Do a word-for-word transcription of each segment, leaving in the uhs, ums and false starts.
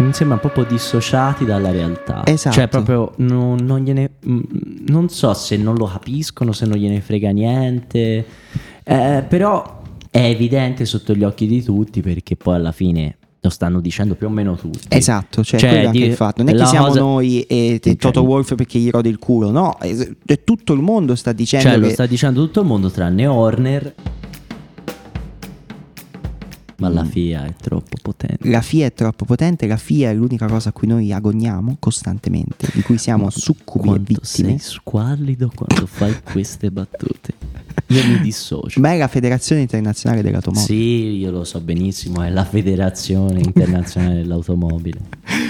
mi sembra proprio dissociati dalla realtà. Esatto. Cioè proprio non, non gliene non so se non lo capiscono, se non gliene frega niente, eh, però è evidente sotto gli occhi di tutti, perché poi alla fine lo stanno dicendo più o meno tutti. Esatto, cioè, Cioè, quello è anche di- il fatto. Non è la che siamo cosa- noi e, e Toto Wolff perché gli rode il culo, no, è, è tutto il mondo sta dicendo Cioè lo che sta dicendo tutto il mondo tranne Horner. Ma la F I A è troppo potente. la F I A è troppo potente, la F I A è l'unica cosa a cui noi agogniamo costantemente, di cui siamo succubi e Quanto vittime. sei squallido quando fai queste battute. Io mi dissocio. Ma è la Federazione Internazionale dell'Automobile. Sì, io lo so benissimo, è la Federazione Internazionale dell'Automobile.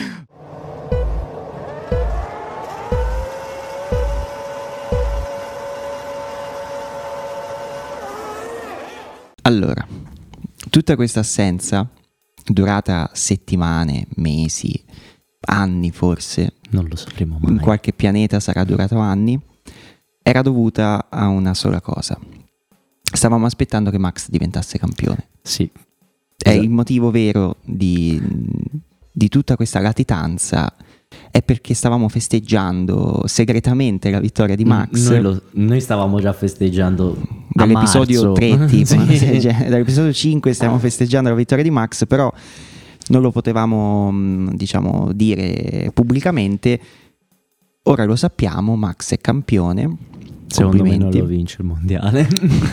Allora, tutta questa assenza, durata settimane, mesi, anni forse, Non lo sapremo in mai. qualche pianeta sarà durato anni, era dovuta a una sola cosa. Stavamo aspettando che Max diventasse campione. Sì. È Esatto. il motivo vero di, di tutta questa latitanza, è perché stavamo festeggiando segretamente la vittoria di Max. Noi, lo- noi stavamo già festeggiando a dall'episodio marzo. tre tipo, Sì. cioè, dall'episodio cinque stiamo festeggiando la vittoria di Max, però non lo potevamo mh, diciamo dire pubblicamente. Ora lo sappiamo, Max è campione. Secondo me non Complimenti. lo vince il mondiale.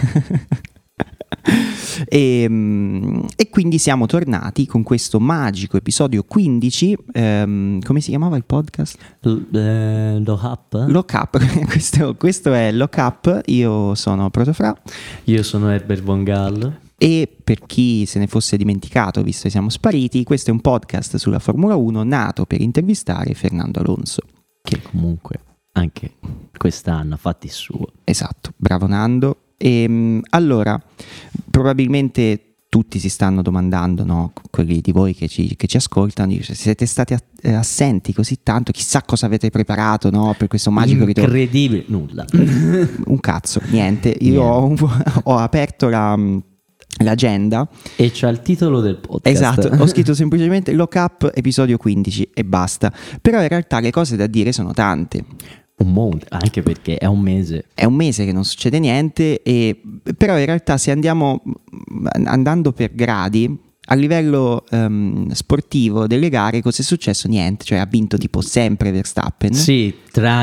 e, mh, e quindi siamo tornati con questo magico episodio quindici. Ehm, come si chiamava il podcast? L- eh, lo up? Lock Up. questo, questo è Lock Up. Io sono Protofra. Io sono Herbert Von Gall. E per chi se ne fosse dimenticato, visto che siamo spariti, questo è un podcast sulla Formula uno nato per intervistare Fernando Alonso. Che comunque anche quest'anno ha fatti il suo. Esatto, bravo Nando. E, mh, allora, probabilmente tutti si stanno domandando, no? Quelli di voi che ci, che ci ascoltano, dice, siete stati a- eh, assenti così tanto, chissà cosa avete preparato, no? Per questo magico ritorno. Incredibile, nulla. Un cazzo, niente. Io ho, ho aperto la... l'agenda E c'ha il titolo del podcast. esatto, ho scritto semplicemente Lock Up episodio quindici e basta, però in realtà le cose da dire sono tante. Un monte, anche perché è un mese. È un mese che non succede niente, e però in realtà se andiamo andando per gradi a livello um, sportivo delle gare, cosa è successo? Niente, cioè ha vinto tipo sempre Verstappen. Sì,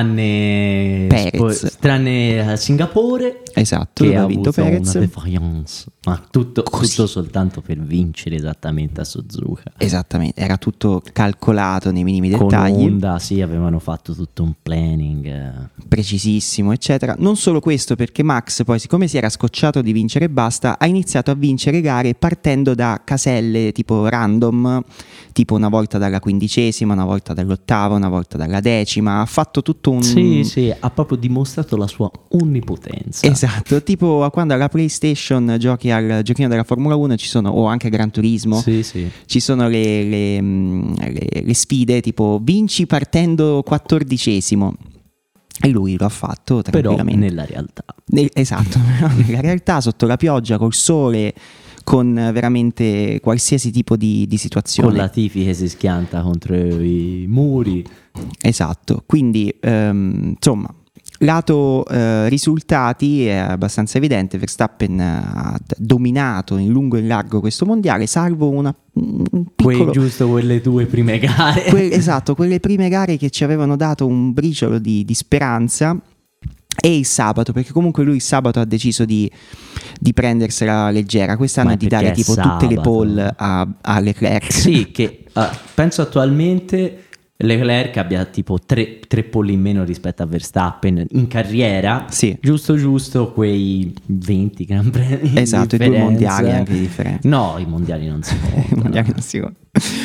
tranne Perez. spo- tranne a Singapore, Esatto, che dove ha ha vinto avuto Perez. una defiance, ma tutto, Così. tutto soltanto per vincere esattamente a Suzuka. Esattamente, era tutto calcolato nei minimi Con dettagli. Honda, sì, avevano fatto tutto un planning. eh. Precisissimo, eccetera. Non solo questo, perché Max poi, siccome si era scocciato di vincere e basta, ha iniziato a vincere gare partendo da caselle tipo random, tipo una volta dalla quindicesima, una volta dall'ottava, una volta dalla decima. Ha fatto tutto un... Sì, sì, ha proprio dimostrato la sua onnipotenza. Esatto, tipo quando alla PlayStation giochi al giochino della Formula uno ci sono, o anche Gran Turismo, Sì, sì. ci sono le, le, mm, le- le sfide tipo vinci partendo quattordicesimo. E lui lo ha fatto Però tranquillamente. nella realtà. Nel- esatto, nella realtà sotto la pioggia, col sole, con veramente qualsiasi tipo di, di situazione. Con la Tifi che si schianta contro i muri. Esatto, quindi ehm, insomma, lato eh, risultati è abbastanza evidente. Verstappen ha dominato in lungo e in largo questo mondiale, salvo una un Quei, piccolo... giusto quelle due prime gare. que- esatto, quelle prime gare che ci avevano dato un briciolo di, di speranza. E il sabato, perché comunque lui il sabato ha deciso di, di prendersela leggera quest'anno, Ma e di dare perché è tipo tutte le sabato? pole a, a Leclerc. Sì, che ah, penso attualmente Leclerc abbia tipo tre, tre pole in meno rispetto a Verstappen in carriera. Sì. Giusto giusto quei venti Gran Premi. Esatto, i di due differenza. mondiali anche di differenza. No, i mondiali non si I contano. mondiali non si conta.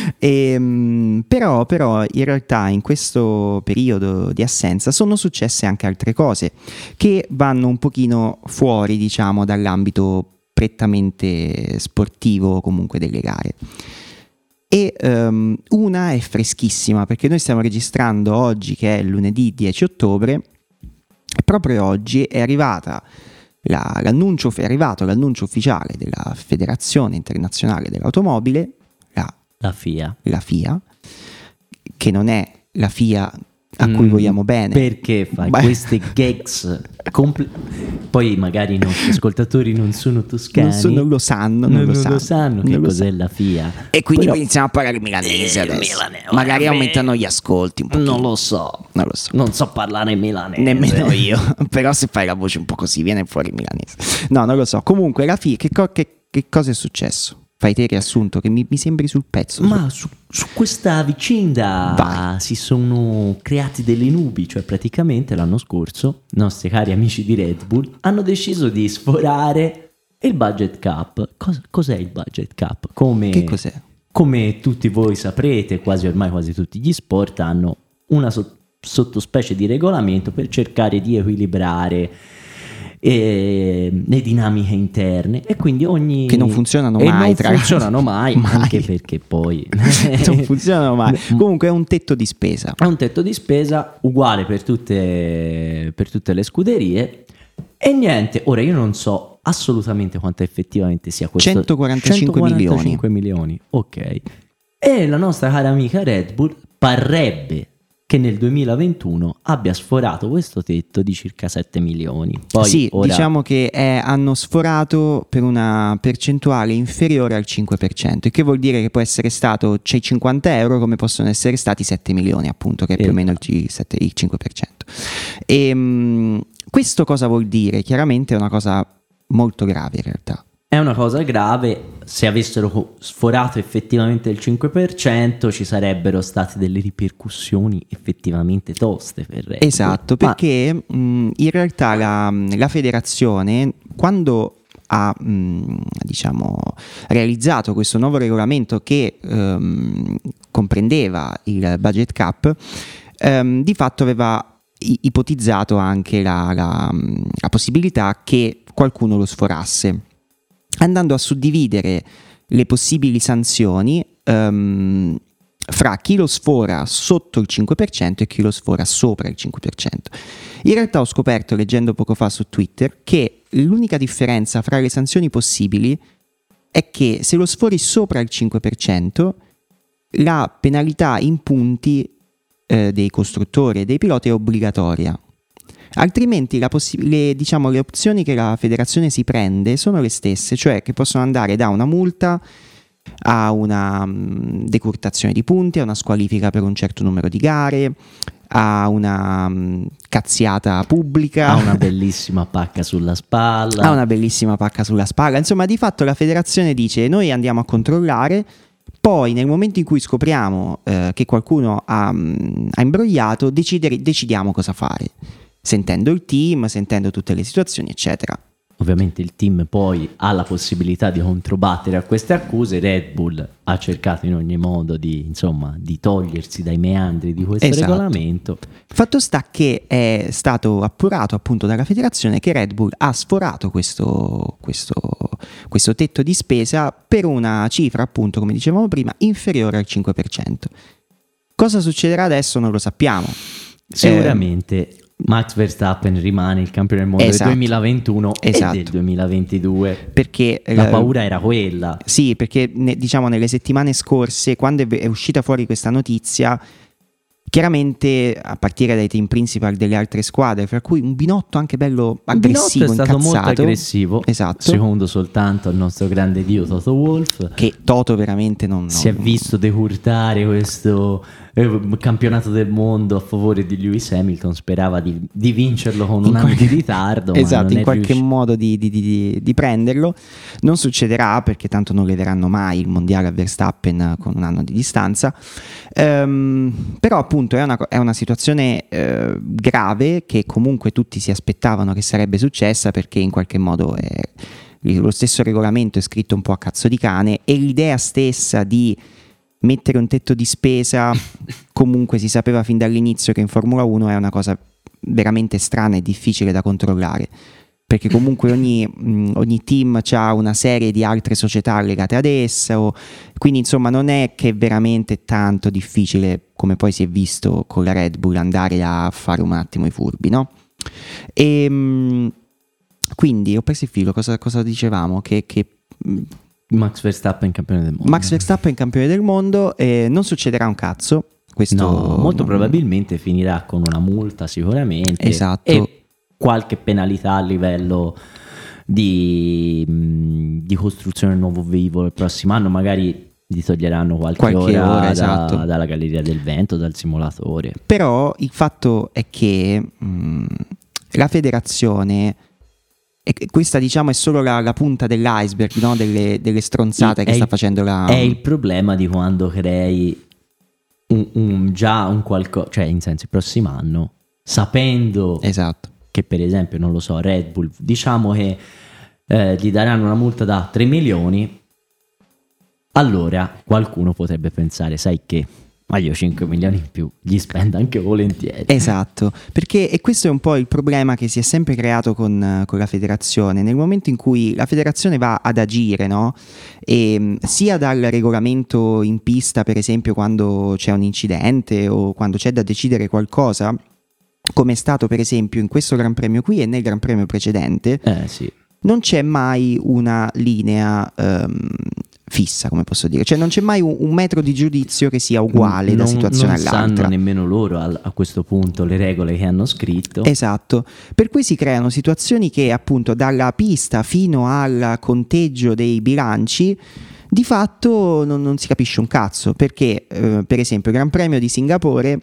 Ehm, però, però in realtà in questo periodo di assenza sono successe anche altre cose che vanno un pochino fuori, diciamo, dall'ambito prettamente sportivo comunque delle gare. E um, una è freschissima, perché noi stiamo registrando oggi che è lunedì dieci ottobre, e proprio oggi è arrivata la, l'annuncio, è arrivato l'annuncio ufficiale della Federazione Internazionale dell'Automobile, la La F I A. la F I A, che non è la F I A a cui mm, vogliamo bene. Perché fai Beh. queste gags? Compl- Poi magari i nostri ascoltatori non sono toscani, non, so, non lo sanno, non, non, lo, non sanno, lo sanno che non cos'è lo la F I A. E quindi Però, iniziamo a parlare milanese adesso. Milanese, magari vabbè, aumentano gli ascolti un pochino. Non lo so, non lo so. Non so parlare milanese. Nemmeno io. Però se fai la voce un po' così viene fuori milanese. No, non lo so. Comunque la F I A, che, co- che, che cosa è successo? Fai te riassunto che mi, mi sembri sul pezzo. Ma su, su questa vicenda Vai. si sono creati delle nubi, cioè praticamente l'anno scorso i nostri cari amici di Red Bull hanno deciso di sforare il budget cap. Cos- cos'è il budget cap? Come, che cos'è? Come tutti voi saprete, quasi ormai quasi tutti gli sport hanno una so- sottospecie di regolamento per cercare di equilibrare E le dinamiche interne, e quindi ogni che non funzionano e mai non tra funzionano mai, mai. Anche perché poi non funzionano mai. Comunque è un tetto di spesa, è un tetto di spesa uguale per tutte per tutte le scuderie. E niente, ora io non so assolutamente quanto effettivamente sia questo. centoquarantacinque milioni. milioni, ok. E la nostra cara amica Red Bull parrebbe che nel duemilaventuno abbia sforato questo tetto di circa sette milioni. Poi sì, ora... diciamo che è, hanno sforato per una percentuale inferiore al cinque per cento, il che vuol dire che può essere stato c'è cinquanta euro come possono essere stati sette milioni, appunto, che è più o meno il, sette, il cinque per cento. E mh, questo cosa vuol dire? Chiaramente è una cosa molto grave in realtà. È una cosa grave. Se avessero sforato effettivamente il cinque per cento ci sarebbero state delle ripercussioni effettivamente toste per Red Bull. Esatto, Ma... perché mh, in realtà la, la federazione, quando ha mh, diciamo realizzato questo nuovo regolamento che um, comprendeva il budget cap, um, di fatto aveva ipotizzato anche la, la, la possibilità che qualcuno lo sforasse, andando a suddividere le possibili sanzioni um, fra chi lo sfora sotto il cinque per cento e chi lo sfora sopra il cinque per cento. In realtà ho scoperto, leggendo poco fa su Twitter, che l'unica differenza fra le sanzioni possibili è che se lo sfori sopra il cinque per cento la penalità in punti eh, dei costruttori e dei piloti è obbligatoria. Altrimenti la possi- le, diciamo, le opzioni che la federazione si prende sono le stesse, cioè che possono andare da una multa a una um, decurtazione di punti, a una squalifica per un certo numero di gare, a una um, cazziata pubblica, a una bellissima pacca sulla spalla, a una bellissima pacca sulla spalla. Insomma, di fatto la federazione dice: noi andiamo a controllare, poi nel momento in cui scopriamo eh, che qualcuno ha, um, ha imbrogliato, decidere, decidiamo cosa fare, sentendo il team, sentendo tutte le situazioni, eccetera. Ovviamente il team poi ha la possibilità di controbattere a queste accuse. Red Bull ha cercato in ogni modo di, insomma, di togliersi dai meandri di questo esatto. regolamento. Fatto sta che è stato appurato appunto dalla federazione che Red Bull ha sforato questo, questo, questo tetto di spesa per una cifra, appunto, come dicevamo prima, inferiore al cinque per cento. Cosa succederà adesso non lo sappiamo. Sicuramente eh, Max Verstappen rimane il campione del mondo esatto, del duemilaventuno esatto. e del duemilaventidue, perché la paura era quella. Sì, perché ne, diciamo nelle settimane scorse, quando è, è uscita fuori questa notizia, chiaramente a partire dai team principal delle altre squadre, fra cui un Binotto anche bello aggressivo, Binotto è stato incazzato, molto aggressivo, esatto, secondo soltanto al nostro grande dio Toto Wolff, che Toto veramente non, non si è visto decurtare questo eh, campionato del mondo a favore di Lewis Hamilton. Sperava di, di vincerlo con un in anno qualche, di ritardo, esatto, ma non in qualche riusci- modo di, di, di, di prenderlo. Non succederà, perché tanto non leveranno mai il mondiale a Verstappen con un anno di distanza. Um, però appunto è una, è una situazione eh, grave, che comunque tutti si aspettavano che sarebbe successa, perché in qualche modo è, lo stesso regolamento è scritto un po' a cazzo di cane, e l'idea stessa di mettere un tetto di spesa comunque si sapeva fin dall'inizio che in Formula uno è una cosa veramente strana e difficile da controllare, perché comunque ogni, mh, ogni team ha una serie di altre società legate ad essa, o, quindi insomma non è che è veramente tanto difficile, come poi si è visto con la Red Bull, andare a fare un attimo i furbi, no? E mh, quindi ho perso il filo. Cosa, cosa dicevamo? Che, che mh, Max Verstappen campione del mondo. Max Verstappen campione del mondo, eh, non succederà un cazzo. Questo No, molto non- probabilmente finirà con una multa sicuramente. Esatto. E qualche penalità a livello di, mh, di costruzione del nuovo velivolo il prossimo anno, magari gli toglieranno qualche, Qualche ora, ora, da- esatto. dalla galleria del vento, dal simulatore. Però il fatto è che mh, la federazione, e questa diciamo è solo la, la punta dell'iceberg, no? delle, delle stronzate Sì, che è sta il- facendo la... È il problema di quando crei un, un- già un qualcosa, cioè in senso il prossimo anno, sapendo Esatto. che per esempio, non lo so, Red Bull, diciamo che eh, gli daranno una multa da tre milioni, allora qualcuno potrebbe pensare, sai che, ma io cinque milioni in più gli spendo anche volentieri. Esatto, perché e questo è un po' il problema che si è sempre creato con, eh, con la federazione. Nel momento in cui la federazione va ad agire, no? E, mh, sia dal regolamento in pista, per esempio, quando c'è un incidente o quando c'è da decidere qualcosa, come è stato per esempio in questo Gran Premio qui e nel Gran Premio precedente, Eh sì, non c'è mai una linea ehm, fissa, come posso dire, cioè non c'è mai un, un metro di giudizio che sia uguale da non, situazione non all'altra. sanno nemmeno loro a, a questo punto le regole che hanno scritto. Esatto, per cui si creano situazioni che appunto dalla pista fino al conteggio dei bilanci di fatto non, non si capisce un cazzo, perché eh, per esempio il Gran Premio di Singapore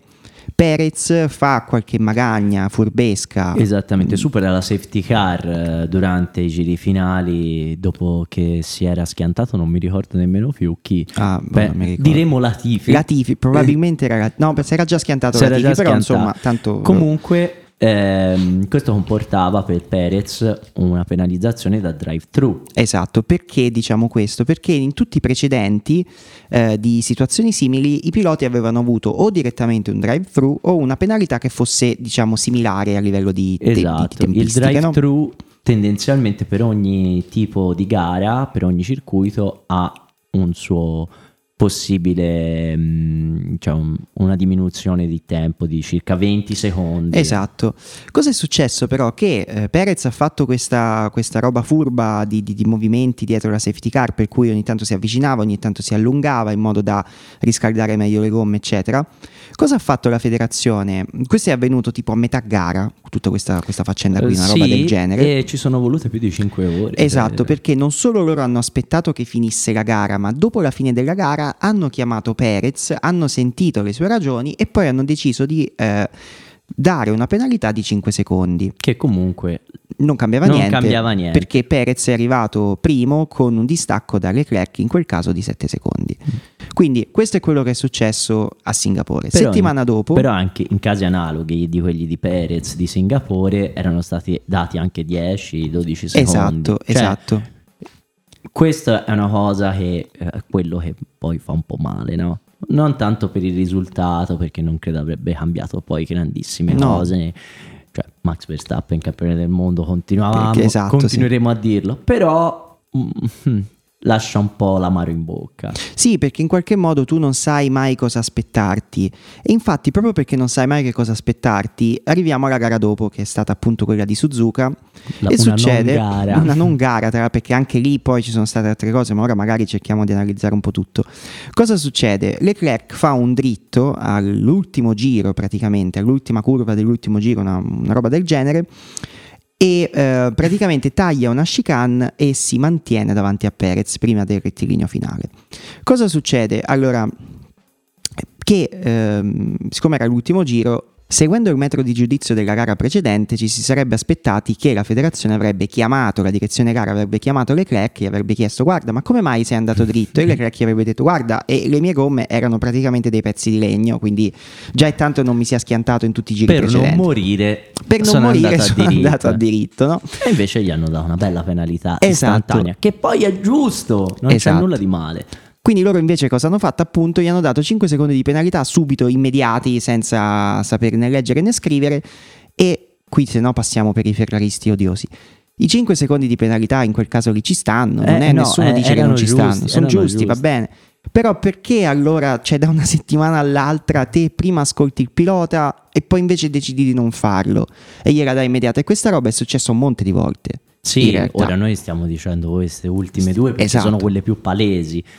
Perez fa qualche magagna furbesca. Esattamente, supera la safety car eh, durante i giri finali dopo che si era schiantato, non mi ricordo nemmeno più chi. Ah, boh, Beh, non mi ricordo. diremo Latifi. Latifi, probabilmente era no, si era già schiantato Si era Latifi, già però schiantato. insomma tanto Comunque ehm, questo comportava per Perez una penalizzazione da drive-thru. Esatto, perché diciamo questo? Perché in tutti i precedenti eh, di situazioni simili i piloti avevano avuto o direttamente un drive-thru o una penalità che fosse diciamo similare a livello di, te- di Esatto, il tempistiche, no? drive-thru tendenzialmente per ogni tipo di gara, per ogni circuito ha un suo possibile, mh, cioè un- una diminuzione di tempo di circa venti secondi. Esatto. Cosa è successo però? Che eh, Perez ha fatto questa, questa roba furba di, di- di movimenti dietro la safety car, per cui ogni tanto si avvicinava, ogni tanto si allungava in modo da riscaldare meglio le gomme, eccetera. Cosa ha fatto la federazione? Questo è avvenuto tipo a metà gara, tutta questa, questa faccenda qui, Eh, una roba sì, del genere. E ci sono volute più di cinque ore. Esatto, Cioè, perché non solo loro hanno aspettato che finisse la gara, ma dopo la fine della gara hanno chiamato Perez, hanno sentito le sue ragioni e poi hanno deciso di eh, dare una penalità di cinque secondi. che comunque Non cambiava, Non niente, cambiava niente. perché Perez è arrivato primo con un distacco da Leclerc, in quel caso di sette secondi. Quindi questo è quello che è successo a Singapore. Però- Settimana dopo... Però anche in casi analoghi di quelli di Perez di Singapore erano stati dati anche dieci dodici secondi. esatto, Cioè, esatto. questa è una cosa che è quello che poi fa un po' male, no? Non tanto per il risultato, perché non credo avrebbe cambiato poi grandissime No. cose. Cioè, Max Verstappen, campione del mondo, continuavamo, Perché esatto, continueremo a dirlo. Però mm, lascia un po' l'amaro in bocca. Sì, perché in qualche modo tu non sai mai cosa aspettarti. E infatti, proprio perché non sai mai che cosa aspettarti, arriviamo alla gara dopo, che è stata appunto quella di Suzuka. La- e una succede non gara. una non gara, tra- perché anche lì poi ci sono state altre cose, ma ora magari cerchiamo di analizzare un po' tutto. Cosa succede? Leclerc fa un dritto all'ultimo giro, praticamente, all'ultima curva dell'ultimo giro, una, una roba del genere. E eh, praticamente taglia una chicane e si mantiene davanti a Perez prima del rettilineo finale. Cosa succede? Allora, che ehm, siccome era l'ultimo giro, seguendo il metro di giudizio della gara precedente, ci si sarebbe aspettati che la federazione avrebbe chiamato, la direzione gara avrebbe chiamato Leclerc e avrebbe chiesto: guarda, ma come mai sei andato dritto? E Leclerc gli avrebbe detto: guarda, e le mie gomme erano praticamente dei pezzi di legno, quindi già è tanto non mi sia schiantato in tutti i giri Per precedenti. non morire, Per non sono morire andato a sono diritto. andato a diritto, no? E invece gli hanno dato una bella penalità Esatto. istantanea, che poi è giusto, non Esatto. c'è nulla di male. Quindi loro invece cosa hanno fatto? Appunto gli hanno dato cinque secondi di penalità subito, immediati, senza saper né leggere né scrivere. E qui se no passiamo per i ferraristi odiosi. I cinque secondi di penalità in quel caso lì ci stanno, non Eh, è no, nessuno eh, dice che erano non ci giusti, stanno, sono erano giusti, va giusti. bene. Però perché allora, cioè da una settimana all'altra, te prima ascolti il pilota e poi invece decidi di non farlo e gliela dai immediata? E questa roba è successa un monte di volte. in Sì, realtà. ora noi stiamo dicendo queste ultime due perché Esatto. sono quelle più palesi.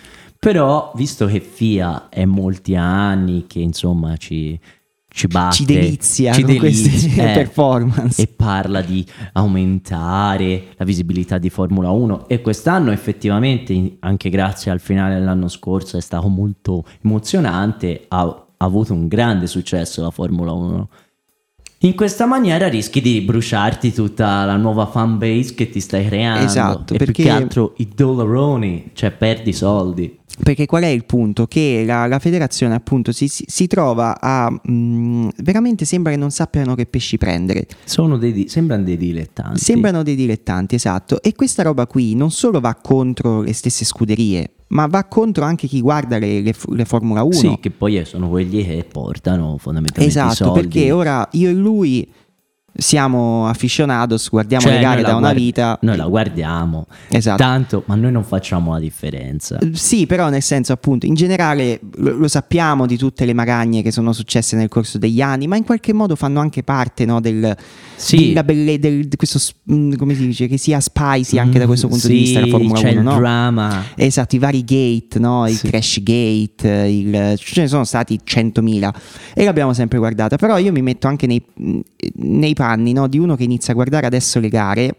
Però, visto che F I A è molti anni che insomma ci, ci batte, ci delizia ci con delizia, queste eh, performance e parla di aumentare la visibilità di Formula uno, e quest'anno effettivamente, anche grazie al finale dell'anno scorso, è stato molto emozionante, ha, ha avuto un grande successo la Formula uno. In questa maniera rischi di bruciarti tutta la nuova fan base che ti stai creando. Esatto, e perché- più che altro i dollaroni, cioè perdi soldi. Perché qual è il punto? Che la, la federazione appunto si, si, si trova a mh, veramente sembra che non sappiano che pesci prendere. Sono dei di- sembrano dei dilettanti. Sembrano dei dilettanti, esatto. E questa roba qui non solo va contro le stesse scuderie, ma va contro anche chi guarda le, le, le Formula uno. Sì, che poi sono quelli che portano fondamentalmente i Esatto, soldi. perché ora io e lui siamo aficionados, guardiamo Cioè, le gare noi la da una guard- vita. Noi la guardiamo, Esatto. tanto, ma noi non facciamo la differenza. Sì, però nel senso appunto, in generale lo, lo sappiamo di tutte le magagne che sono successe nel corso degli anni, ma in qualche modo fanno anche parte, no, del, Sì. della belle, del, di questo, s- mm, come si dice, che sia spicy anche da questo punto Mm, di vista la sì, Formula c'è uno, il no? drama. Esatto, i vari gate, no? Il Sì. crash gate, il, ce ne sono stati centomila e l'abbiamo sempre guardata, però io mi metto anche nei, nei panni, no, di uno che inizia a guardare adesso le gare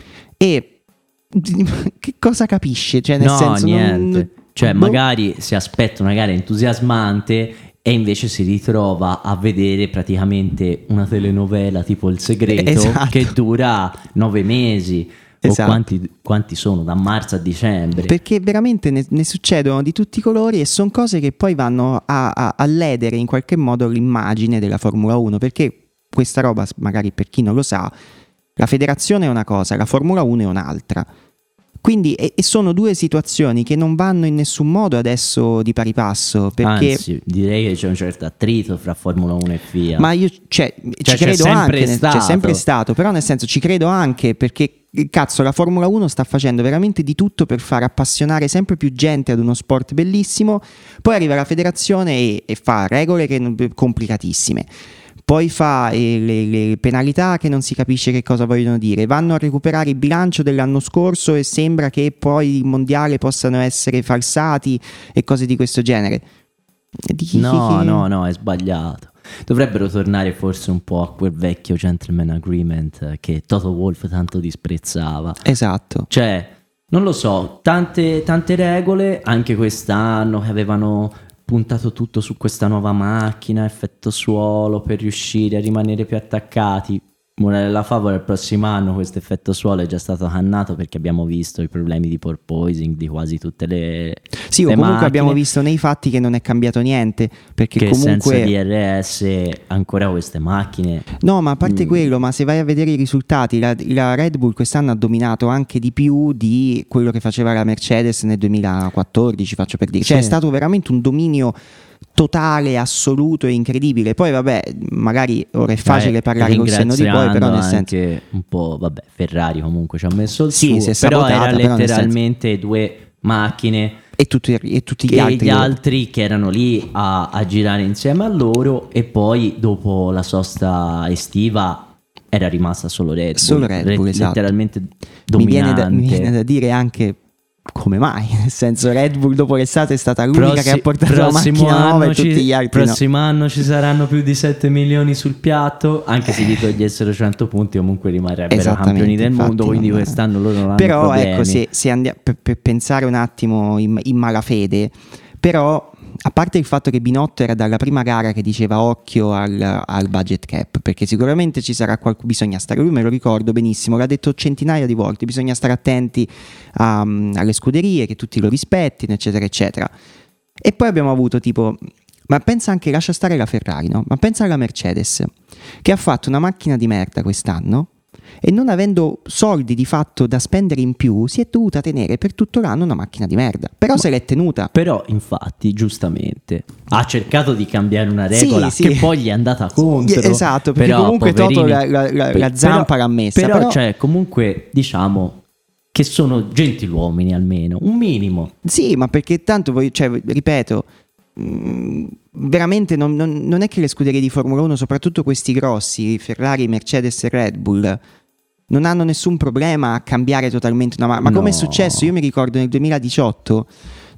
e che cosa capisce? Cioè, nel No, senso, niente. non, Cioè, boh. magari si aspetta una gara entusiasmante e invece si ritrova a vedere praticamente una telenovela tipo Il Segreto, Esatto. che dura nove mesi. Esatto. O quanti, quanti sono? Da marzo a dicembre. Perché veramente ne, ne succedono di tutti i colori e sono cose che poi vanno a, a, a ledere in qualche modo l'immagine della Formula uno, perché questa roba, magari per chi non lo sa, la federazione è una cosa, la Formula uno è un'altra. Quindi e, e sono due situazioni che non vanno in nessun modo adesso di pari passo, perché Anzi, direi che c'è un certo attrito fra Formula uno e F I A. ma io cioè, Cioè, ci c'è credo sempre anche, nel- stato. c'è sempre stato, però nel senso ci credo anche perché cazzo la Formula uno sta facendo veramente di tutto per far appassionare sempre più gente ad uno sport bellissimo, poi arriva la federazione e, e fa regole che non- complicatissime. Poi fa eh, le, le penalità che non si capisce che cosa vogliono dire, vanno a recuperare il bilancio dell'anno scorso e sembra che poi il mondiale possano essere falsati e cose di questo genere. Di- No, no, no, è sbagliato. Dovrebbero tornare forse un po' a quel vecchio gentleman agreement che Toto Wolff tanto disprezzava. Esatto. Cioè, non lo so, tante, tante regole, anche quest'anno che avevano puntato tutto su questa nuova macchina, effetto suolo, per riuscire a rimanere più attaccati. Morale della favola, il prossimo anno questo effetto suolo è già stato cannato perché abbiamo visto i problemi di porpoising di quasi tutte le Sì, o le comunque macchine, abbiamo visto nei fatti che non è cambiato niente, perché che comunque senza D R S ancora queste macchine. no, ma a parte Mm. quello, ma se vai a vedere i risultati, la, la Red Bull quest'anno ha dominato anche di più di quello che faceva la Mercedes nel duemilaquattordici, faccio per dire. Cioè Sì. è stato veramente un dominio totale, assoluto e incredibile. Poi vabbè, magari ora è facile Eh, parlare col senno di poi, però ringraziando nel senso anche un po', vabbè, Ferrari comunque ci ha messo il Sì, si suo, è però sabotata, era però nel letteralmente due macchine e tutti, e tutti gli e altri, gli altri che erano lì a, a girare insieme a loro, e poi dopo la sosta estiva era rimasta solo Red Bull, Solo Red Bull, re- esatto. letteralmente mi viene, dominante. da, mi viene da dire anche come mai, nel senso Red Bull dopo l'estate è stata l'unica Prossi- che ha portato la prossimo macchina nuova anno e tutti ci- gli altri no. prossimo anno ci saranno più di sette milioni sul piatto, anche se gli togliessero cento punti comunque rimarrebbero Esattamente, campioni del infatti, mondo, quindi non- quest'anno loro non hanno Però problemi. ecco, se, se andiamo per, per pensare un attimo in, in malafede, però a parte il fatto che Binotto era dalla prima gara che diceva occhio al, al budget cap, perché sicuramente ci sarà qualcuno, bisogna stare, lui me lo ricordo benissimo, l'ha detto centinaia di volte, bisogna stare attenti a- alle scuderie, che tutti lo rispettino, eccetera, eccetera. E poi abbiamo avuto tipo, ma pensa anche, lascia stare la Ferrari, no? Ma pensa alla Mercedes, che ha fatto una macchina di merda quest'anno, e non avendo soldi di fatto da spendere in più si è dovuta tenere per tutto l'anno una macchina di merda, però Ma- se l'è tenuta. Però infatti giustamente ha cercato di cambiare una regola Sì, sì. che poi gli è andata contro. Esatto, perché Però, comunque Toto poverini, la, la- la- pe- la zampa però- l'ha messa, Però, però- cioè, comunque diciamo che sono gentiluomini almeno, un minimo. Sì, ma perché tanto voglio, cioè, ripeto, mh, veramente non, non- non è che le scuderie di Formula uno, soprattutto questi grossi, Ferrari, Mercedes e Red Bull, non hanno nessun problema a cambiare totalmente una ma- ma come è No. successo? Io mi ricordo nel duemiladiciotto,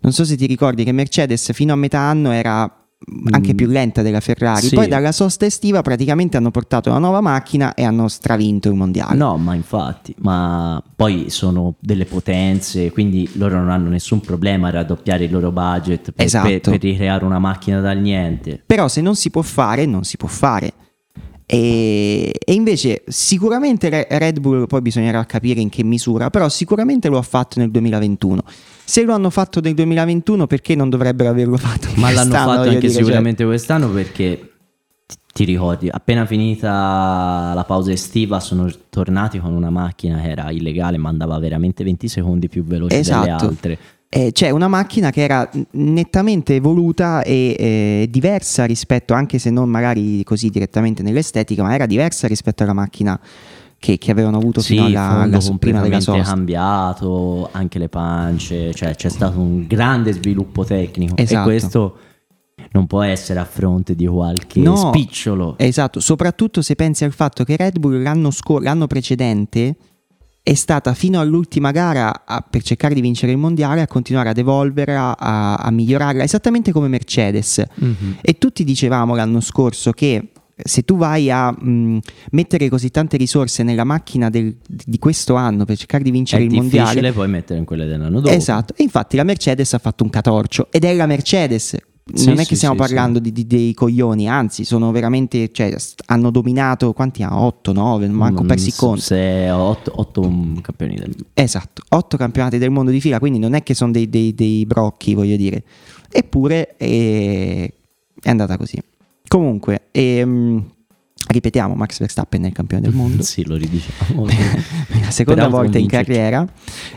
non so se ti ricordi che Mercedes fino a metà anno era anche più lenta della Ferrari, sì. Poi dalla sosta estiva praticamente hanno portato una nuova macchina e hanno stravinto il mondiale. No, ma infatti, ma poi sono delle potenze, quindi loro non hanno nessun problema a raddoppiare il loro budget per, esatto. per, per ricreare una macchina dal niente. Però se non si può fare, non si può fare. E, e invece sicuramente Red Bull, poi bisognerà capire in che misura, però sicuramente lo ha fatto nel duemilaventuno. Se lo hanno fatto nel duemilaventuno, perché non dovrebbero averlo fatto ma quest'anno? l'hanno fatto anche dire, sicuramente cioè... quest'anno, perché ti ricordi, appena finita la pausa estiva sono tornati con una macchina che era illegale, ma andava veramente venti secondi più veloce esatto. delle altre. Eh, c'è una macchina che era nettamente evoluta e eh, diversa rispetto, anche se non magari così direttamente nell'estetica, ma era diversa rispetto alla macchina che, che avevano avuto sì, fino alla, alla prima della sosta. Cambiato, anche le pance, cioè c'è stato un grande sviluppo tecnico, esatto. E questo non può essere a fronte di qualche no, spicciolo. Esatto, soprattutto se pensi al fatto che Red Bull l'anno, scor- l'anno precedente è stata fino all'ultima gara a, per cercare di vincere il mondiale, a continuare ad evolverla, a, a migliorarla, esattamente come Mercedes. Mm-hmm. E tutti dicevamo l'anno scorso che se tu vai a mh, mettere così tante risorse nella macchina del, di questo anno per cercare di vincere è il mondiale, è difficile poi mettere in quelle dell'anno dopo. Esatto, e infatti la Mercedes ha fatto un catorcio, ed è la Mercedes. Sì, non è sì, che stiamo sì, parlando sì. Di, di, dei coglioni, anzi sono veramente, cioè, hanno dominato quanti ha? otto, nove, manco non persi conto. otto campioni del mondo. Esatto, otto campionati del mondo di fila, quindi non è che sono dei, dei, dei brocchi, voglio dire. Eppure è, è andata così. Comunque, ehm, ripetiamo, Max Verstappen è il campione del mondo. Sì, lo ridiciamo. La seconda volta in carriera,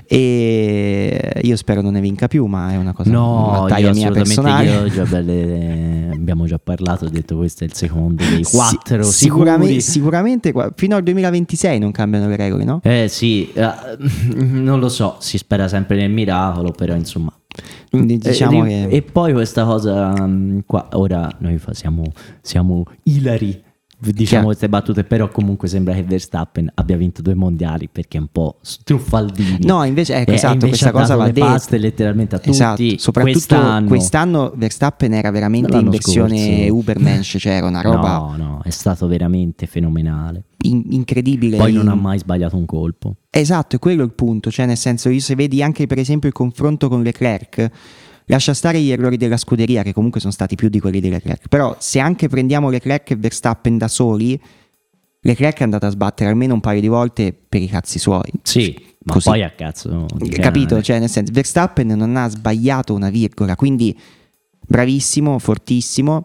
e io spero non ne vinca più, ma è una cosa, no, una taglia mia personale. Io già belle, abbiamo già parlato, ho detto questo è il secondo dei quattro sì, sicuramente, sicuramente fino al duemilaventisei non cambiano le regole, no? Eh sì, uh, non lo so, si spera sempre nel miracolo, però insomma. Diciamo e, che... e poi questa cosa um, qua, ora noi fa, siamo, siamo ilari, diciamo queste battute, però comunque sembra che Verstappen abbia vinto due mondiali perché è un po' struffaldino. No, invece ecco, e esatto, invece questa cosa va detta. Paste letteralmente a tutti. Esatto, soprattutto quest'anno. quest'anno Verstappen era veramente in versione scorso. Ubermensch, cioè era una roba No, no, è stato veramente fenomenale. In- incredibile. Poi non in... ha mai sbagliato un colpo. Esatto, è quello il punto, cioè nel senso, io se vedi anche per esempio il confronto con Leclerc, lascia stare gli errori della scuderia che comunque sono stati più di quelli di Leclerc, però se anche prendiamo Leclerc e Verstappen da soli, Leclerc è andato a sbattere almeno un paio di volte per i cazzi suoi. Sì, ma così. poi a cazzo di capito? cane. Cioè nel senso, Verstappen non ha sbagliato una virgola, quindi bravissimo, fortissimo.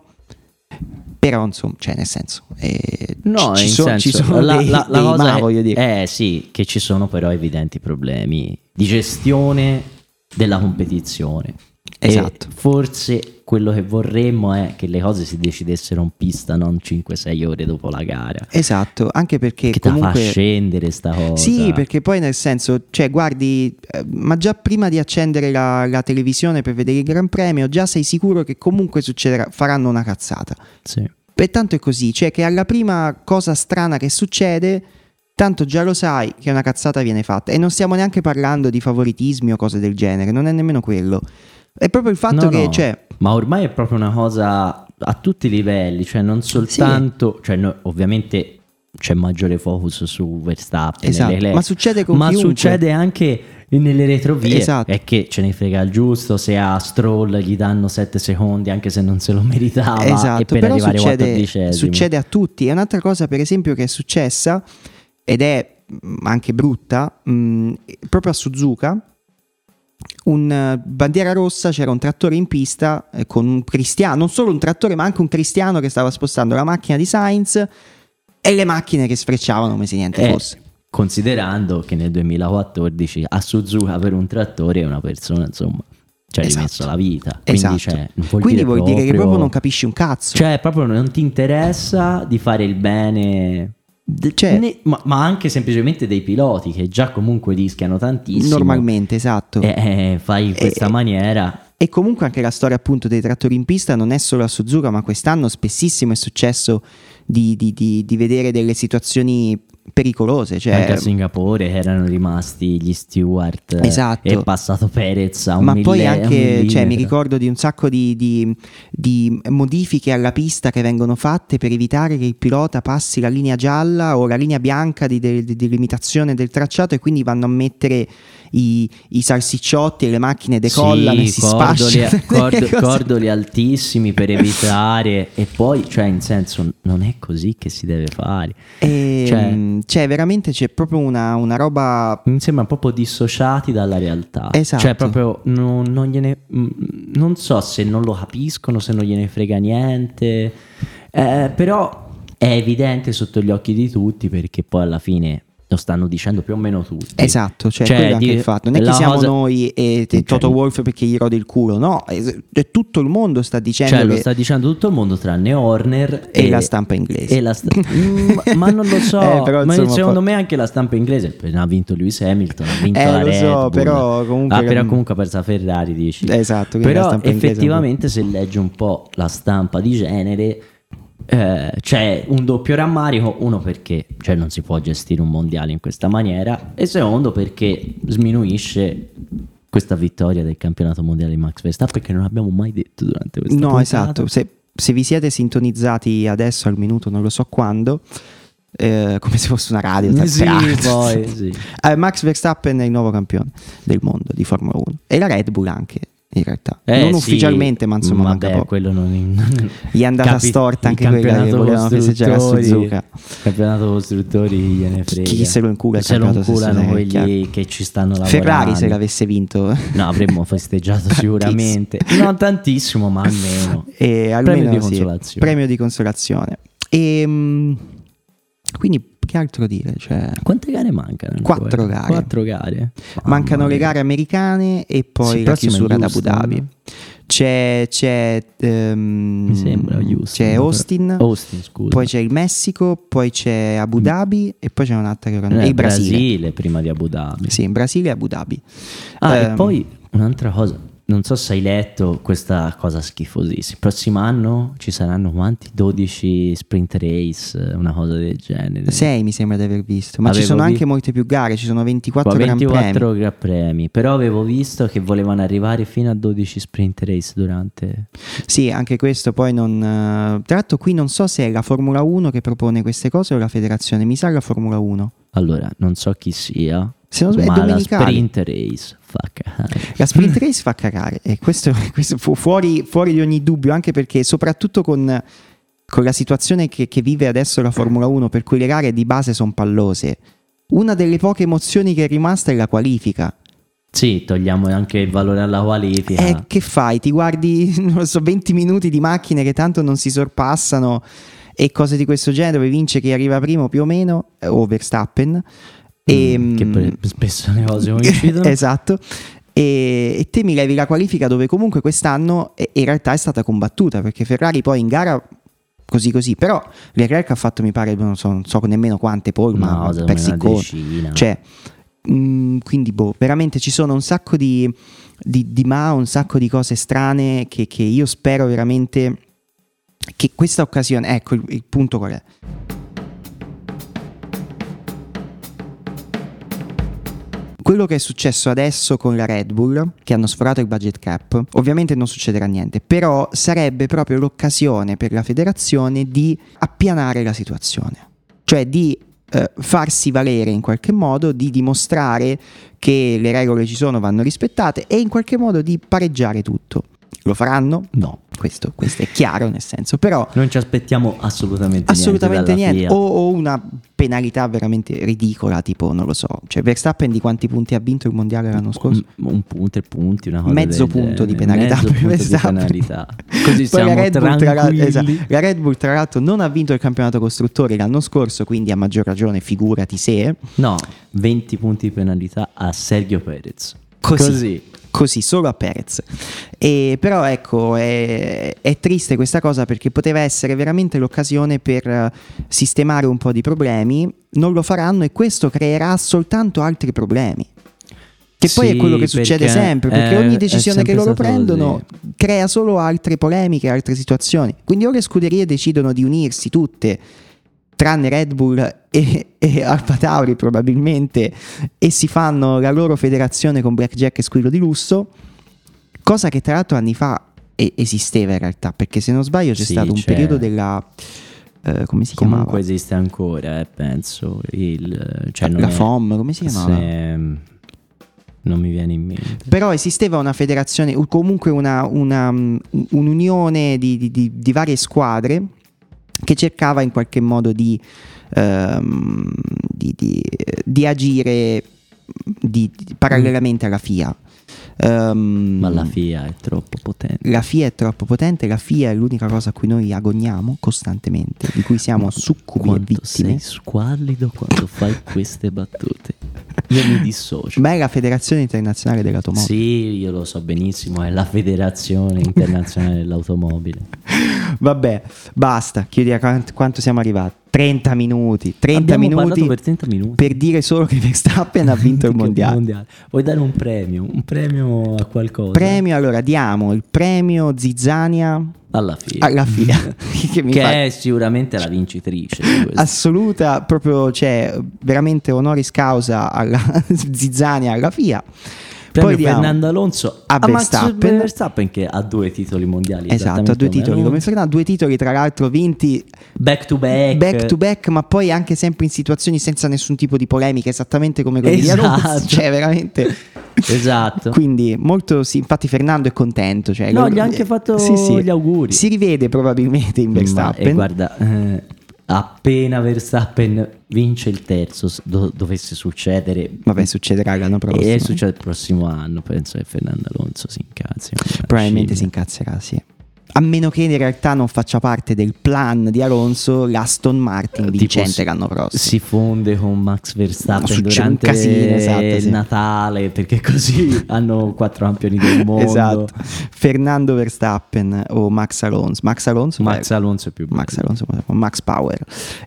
Però insomma, cioè nel senso, eh, no, ci, in so, senso, ci sono la, dei, la, la dei cosa ma, è, voglio dire. Eh sì, che ci sono però evidenti problemi di gestione della competizione. Esatto. E forse quello che vorremmo è che le cose si decidessero in pista, non cinque sei ore dopo la gara. Esatto, anche perché che comunque ti fa scendere sta cosa. Sì, perché poi nel senso, cioè guardi, eh, ma già prima di accendere la, la televisione per vedere il Gran Premio, già sei sicuro che comunque succederà, faranno una cazzata. Sì. E tanto è così, cioè che alla prima cosa strana che succede, tanto già lo sai che una cazzata viene fatta. E non stiamo neanche parlando di favoritismi o cose del genere, non è nemmeno quello. È proprio il fatto no, che, no, cioè... Ma ormai è proprio una cosa a tutti i livelli, cioè non soltanto... Sì. Cioè no, ovviamente c'è maggiore focus su Verstappen, esatto, ma succede con ma chiunque. succede anche nelle retrovie, esatto. È che ce ne frega il giusto se a Stroll gli danno sette secondi anche se non se lo meritava, esatto, e per però arrivare succede, succede a tutti. È un'altra cosa per esempio che è successa ed è anche brutta, mh, proprio a Suzuka. Un bandiera rossa, c'era un trattore in pista eh, con un cristiano, non solo un trattore ma anche un cristiano che stava spostando la macchina di Sainz e le macchine che sfrecciavano come se niente eh, fosse. Considerando che nel duemilaquattordici a Suzuka per un trattore è una persona, insomma, ci ha esatto. rimesso la vita. Quindi, esatto. cioè, vuol quindi dire vuol proprio, dire che proprio non capisci un cazzo. Cioè proprio non ti interessa di fare il bene... Cioè, ne, ma, ma anche semplicemente dei piloti che già comunque rischiano tantissimo normalmente, esatto, e eh, fai in questa e, maniera. E comunque anche la storia appunto dei trattori in pista non è solo a Suzuka, ma quest'anno spessissimo è successo di, di, di, di vedere delle situazioni pericolose, cioè, anche a Singapore erano rimasti gli steward, esatto. È passato Perez a un ma mille, poi anche, cioè, mi millimetro. ricordo di un sacco di, di, di modifiche alla pista che vengono fatte per evitare che il pilota passi la linea gialla o la linea bianca di, di, di delimitazione del tracciato, e quindi vanno a mettere i, i salsicciotti e le macchine decollano sì, e si cordoli, spasciano cord- cordoli altissimi per evitare, e poi, cioè, in senso, non è così che si deve fare. e, Cioè, cioè veramente c'è proprio una, una roba, mi sembra proprio dissociati dalla realtà. Esatto. Cioè, proprio non, non gliene. mh, Non so se non lo capiscono, se non gliene frega niente. Eh, però è evidente sotto gli occhi di tutti, perché poi alla fine lo stanno dicendo più o meno tutti. esatto, cioè, Cioè, quello è anche di- il fatto, non è la che siamo cosa- noi e, e Cioè, Toto Wolff perché gli rode il culo, no, è, è tutto il mondo sta dicendo Cioè, lo che, sta dicendo tutto il mondo tranne Horner e la stampa inglese. e la sta- Mm, ma non lo so, Eh, però, ma insomma, secondo poi- me anche la stampa inglese, appena ha vinto Lewis Hamilton, ha vinto Eh, la lo Red so, Bull. però comunque- Ah, però comunque ha perso la Ferrari, dici. Esatto, quindi la Però stampa inglese è un po'- effettivamente se leggi un po' la stampa di genere, eh, c'è un doppio rammarico: uno, perché, cioè, non si può gestire un mondiale in questa maniera, e secondo, perché sminuisce questa vittoria del campionato mondiale di Max Verstappen, che non abbiamo mai detto durante questa No, puntata. esatto, se, se vi siete sintonizzati adesso al minuto non lo so quando, eh, come se fosse una radio, tra- Sì, peraltro. poi, sì. Eh, Max Verstappen è il nuovo campione del mondo di Formula uno, e la Red Bull anche, in realtà Eh, non sì, ufficialmente, ma insomma manca vabbè, poco. quello non, Gli è andata Capi- storta il anche quella che campionato volevano festeggiare a costruttori- Suzuka. campionato costruttori gliene frega. Chi se lo incula il se lo campionato inculano stesso, è quelli chiaro. che ci stanno lavorando. Ferrari se l'avesse vinto, No, avremmo festeggiato sicuramente. Non tantissimo, ma almeno. e almeno Premio di sì, consolazione. premio di consolazione. E mm, quindi che altro dire? Cioè, Quante gare mancano? ancora? Quattro gare. Quattro gare. mancano Mamma le mia. gare americane e poi Sì, la prossima è chiusura ad Abu Houston. Dhabi. C'è, c'è, ehm, Mi sembra Houston. c'è Austin, Austin, scusa. poi c'è il Messico, poi c'è Abu Dhabi e poi c'è un'altra che ora non- Eh, e il Brasile. Brasile prima di Abu Dhabi. Sì, in Brasile e Abu Dhabi. Ah, Ehm, e poi un'altra cosa, non so se hai letto questa cosa schifosissima. Il prossimo anno ci saranno quanti? dodici sprint race, una cosa del genere. sei mi sembra di aver visto, ma ci Avevo sono vi- anche molte più gare, ci sono ventiquattro, Qua Gran Premi. ventiquattro Gran Premi. Però avevo visto che volevano arrivare fino a dodici sprint race durante. Sì, anche questo poi non... eh, Tra l'altro qui non so se è la Formula uno che propone queste cose o la federazione, mi sa la Formula uno. Allora, non so chi sia, Se non sbaglio è ma la domenicale. sprint race fa cagare. La sprint race fa cagare, e questo, questo fu- fuori, fuori di ogni dubbio, anche perché soprattutto con, con la situazione che, che vive adesso la Formula uno, per cui le gare di base sono pallose, una delle poche emozioni che è rimasta è la qualifica. Sì, togliamo anche il valore alla qualifica. E che fai? Ti guardi, non lo so, venti minuti di macchine che tanto non si sorpassano e cose di questo genere, dove vince chi arriva primo più o meno, eh, o Verstappen. E, Mm, che per- spesso le cose coincidono. esatto. E, e te mi levi la qualifica, dove comunque quest'anno eh, in realtà è stata combattuta, perché Ferrari poi in gara così così, però Leclerc ha fatto, mi pare, non so, non so nemmeno quante pole, ma No, secondo me persi una con- decina. cioè mh, quindi boh, veramente ci sono un sacco di, di, di ma, un sacco di cose strane che, che io spero veramente che questa occasione, ecco il, il punto qual è. Quello che è successo adesso con la Red Bull, che hanno sforato il budget cap, ovviamente non succederà niente, però sarebbe proprio l'occasione per la federazione di appianare la situazione, cioè di eh, farsi valere in qualche modo, di dimostrare che le regole ci sono, vanno rispettate, e in qualche modo di pareggiare tutto. Lo faranno? No, questo, questo è chiaro, nel senso, però Non ci aspettiamo assolutamente, assolutamente niente, niente, dalla o, FIA. o una penalità veramente ridicola, tipo non lo so, cioè Verstappen di quanti punti ha vinto il mondiale l'anno scorso? Un, un punto, tre punti, una cosa Mezzo del punto di genere. penalità Mezzo per punto di Verstappen. penalità. Così Poi siamo la Red, Bull, tra, la, tranquilli. esatto, la Red Bull tra l'altro non ha vinto il campionato costruttori l'anno scorso, quindi a maggior ragione figurati se. No, venti punti di penalità a Sergio Perez. Così. Così. Così, solo a Perez. E però ecco, è, è triste questa cosa, perché poteva essere veramente l'occasione per eh, sistemare un po' di problemi. Non lo faranno, e questo creerà soltanto altri problemi. Che poi Sì, è quello che succede perché sempre, perché è- ogni è decisione che sempre loro stato prendono così. crea solo altre polemiche, altre situazioni. Quindi o le scuderie decidono di unirsi tutte tranne Red Bull e, e Alfa Tauri probabilmente, e si fanno la loro federazione con Blackjack e Squillo di Lusso, cosa che tra l'altro anni fa e- esisteva in realtà, perché se non sbaglio c'è Sì, stato un c'è. periodo della eh, come si Comunque chiamava? esiste ancora, eh, penso. Il, cioè non La è- F O M, come si chiamava? se- non mi viene in mente. Però esisteva una federazione, o comunque una, una, um, un'unione di, di- di- di varie squadre che cercava in qualche modo di, ehm, di, di- di agire di- di- parallelamente alla F I A. Ehm, Ma la F I A è troppo potente. la F I A è troppo potente, la F I A è l'unica cosa a cui noi agogniamo costantemente, di cui siamo succubi e Quanto vittime. sei squallido quando fai queste battute. Io mi dissocio. Ma è la Federazione Internazionale dell'Automobile. Sì, io lo so benissimo, è la Federazione Internazionale dell'Automobile. Vabbè, basta, chiudi a quant- quanto siamo arrivati. trenta minuti, trenta Abbiamo minuti parlato per trenta minuti. per dire solo che Verstappen ha vinto il Che mondiale. Vuoi dare un premio? Un premio a qualcosa? Premio, allora diamo il premio Zizzania Alla F I A. alla F I A, che mi Che fa è sicuramente la vincitrice di questo. assoluta, proprio, cioè, veramente honoris causa alla Zizzania alla F I A. Premio Poi diamo Fernando Alonso a a Max Verstappen. Verstappen, che ha due titoli mondiali. Esatto, ha esattamente due come titoli come Alonso. Fernando, due titoli tra l'altro vinti Back to back. back to back, ma poi anche sempre in situazioni senza nessun tipo di polemica, esattamente come quelli Esatto. di Alonso, cioè veramente. Esatto. Quindi molto sì, infatti Fernando è contento, cioè, No, lo- gli ha anche fatto sì, sì. gli auguri. Si rivede probabilmente in Ma, Verstappen. e guarda, eh, appena Verstappen vince il terzo, s- do- dovesse succedere, Vabbè, succederà l'anno prossimo. e succede il prossimo anno, penso che Fernando Alonso si incazzi. Probabilmente si Scimmia. incazzerà, sì. A meno che in realtà non faccia parte del plan di Alonso l'Aston Martin Tipo vincente si- l'anno prossimo. Si fonde con Max Verstappen Succede un durante casino, esatto, sì. Natale, perché così hanno quattro campioni del mondo. Esatto. Fernando Verstappen o Max Alonso. Max Alonso, Max beh, Alonso è più bello. Max Alonso, Max Power.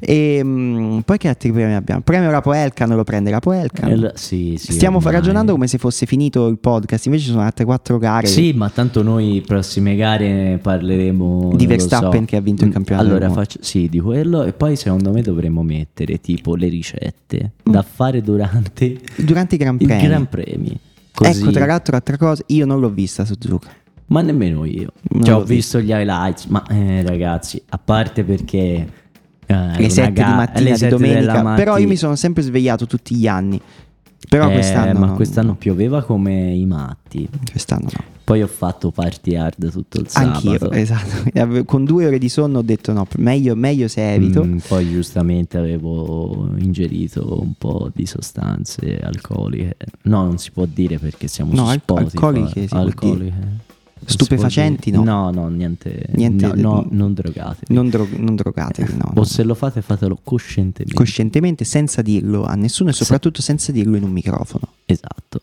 E mh, poi che altri premi abbiamo? Premio la Poelca, non lo prende la Poelca. El- sì, sì, Stiamo ormai. ragionando come se fosse finito il podcast, invece ci sono altre quattro gare. Sì, ma tanto noi prossime gare parleremo Di non lo Verstappen so. che ha vinto il campionato Allora del mondo. faccio, sì, di quello, e poi secondo me dovremmo mettere tipo le ricette da fare durante Durante i Gran il Premi. Gran Premi. Così. Ecco, tra l'altro, altra cosa, io non l'ho vista Suzuka. Ma nemmeno io. Non Cioè, l'ho ho visto gli highlights, ma eh, ragazzi, a parte perché eh, Le una sette ga- di mattina alle di sette della domenica. Però io mattina. mi sono sempre svegliato tutti gli anni. Però Eh, quest'anno ma no. quest'anno pioveva come i matti. Quest'anno no. Poi ho fatto party hard tutto il sabato. Anch'io, esatto. E ave- Con due ore di sonno ho detto no, meglio, meglio se evito. Mm, poi giustamente avevo ingerito un po' di sostanze alcoliche. No, non si può dire perché siamo No, su al- Spotify. alcoliche si può Alcoliche. Non si Stupefacenti può dire. no. No, no, niente. Niente- no, no, non drogatevi. Non, dro- non drogatevi, no, no. O se lo fate, fatelo coscientemente. Coscientemente, senza dirlo a nessuno e soprattutto senza dirlo in un microfono. Esatto.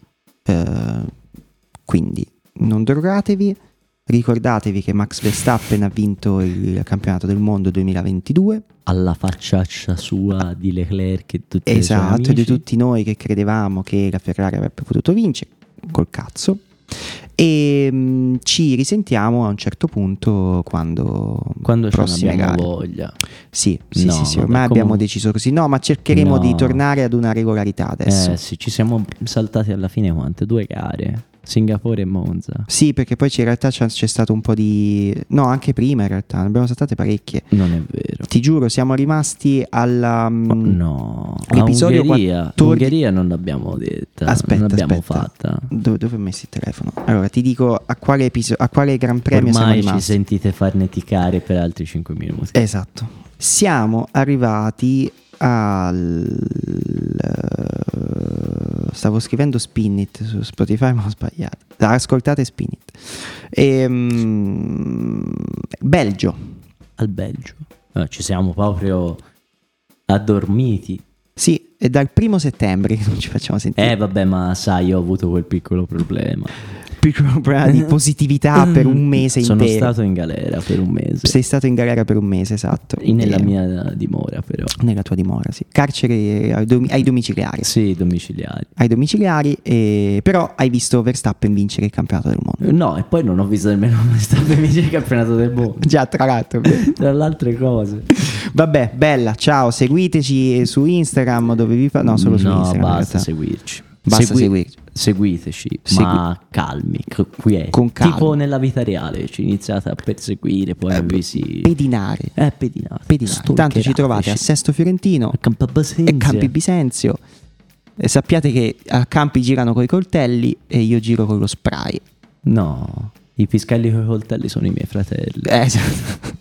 Eh, quindi non drogatevi. Ricordatevi che Max Verstappen ha vinto il campionato del mondo duemilaventidue. Alla facciaccia sua di Leclerc e tutti i suoi Esatto, amici. di tutti noi che credevamo che la Ferrari avrebbe potuto vincere, col cazzo. E mh, ci risentiamo a un certo punto quando Quando ce prossime n'abbiamo gare. voglia. Sì, sì, No, sì, sì, vabbè, ormai abbiamo comunque- deciso così. No, ma cercheremo No. di tornare ad una regolarità adesso. Eh sì, ci siamo saltati alla fine quante? Due gare. Singapore e Monza. Sì, perché poi c'è- in realtà c'è, c'è stato un po' di... No, anche prima in realtà, ne abbiamo saltate parecchie. Non è vero. Ti giuro, siamo rimasti alla... mm, Oh, no, l'episodio a Ungheria, quattordici Ungheria non l'abbiamo detta. Aspetta, non l'abbiamo aspetta. fatta. Dove, dove ho messo il telefono? Allora, ti dico a quale, episodio, a quale Gran Premio siamo Ormai ci rimasti. sentite farneticare per altri cinque minuti. Esatto. Siamo arrivati al... Stavo scrivendo Spin It su Spotify ma ho sbagliato. Ascoltate Spin It. Ehm, Belgio. Al Belgio. Eh, ci siamo proprio addormiti. Sì, è dal primo settembre che non ci facciamo sentire. Eh vabbè, ma sai, io ho avuto quel piccolo problema. piccolo problema di positività per un mese Sono intero. stato in galera per un mese. Sei stato in galera per un mese, esatto. Nella E- mia dimora, però. Nella tua dimora, sì. Carcere ai, domi- ai domiciliari. Sì, domiciliari. Ai domiciliari, e- però hai visto Verstappen vincere il campionato del mondo. No, e poi non ho visto nemmeno Verstappen vincere il campionato del mondo. Già, tra l'altro. Tra le altre cose. Vabbè, bella, ciao, seguiteci su Instagram dove vi fa... No, solo su no, Instagram. in basta realtà. seguirci. Basta Segui- seguirci. Seguiteci, Segui- ma calmi, co- quieti. Con calma. Tipo nella vita reale, ci iniziate a perseguire, poi vi si... Pedinare. Eh, pedinate. Pedinare. Tanto ci trovate a Sesto Fiorentino a Campo Basenzia. e Campi Bisenzio. E sappiate che a Campi girano coi coltelli e io giro con lo spray. No, i fiscali con i coltelli sono i miei fratelli. Eh, esatto.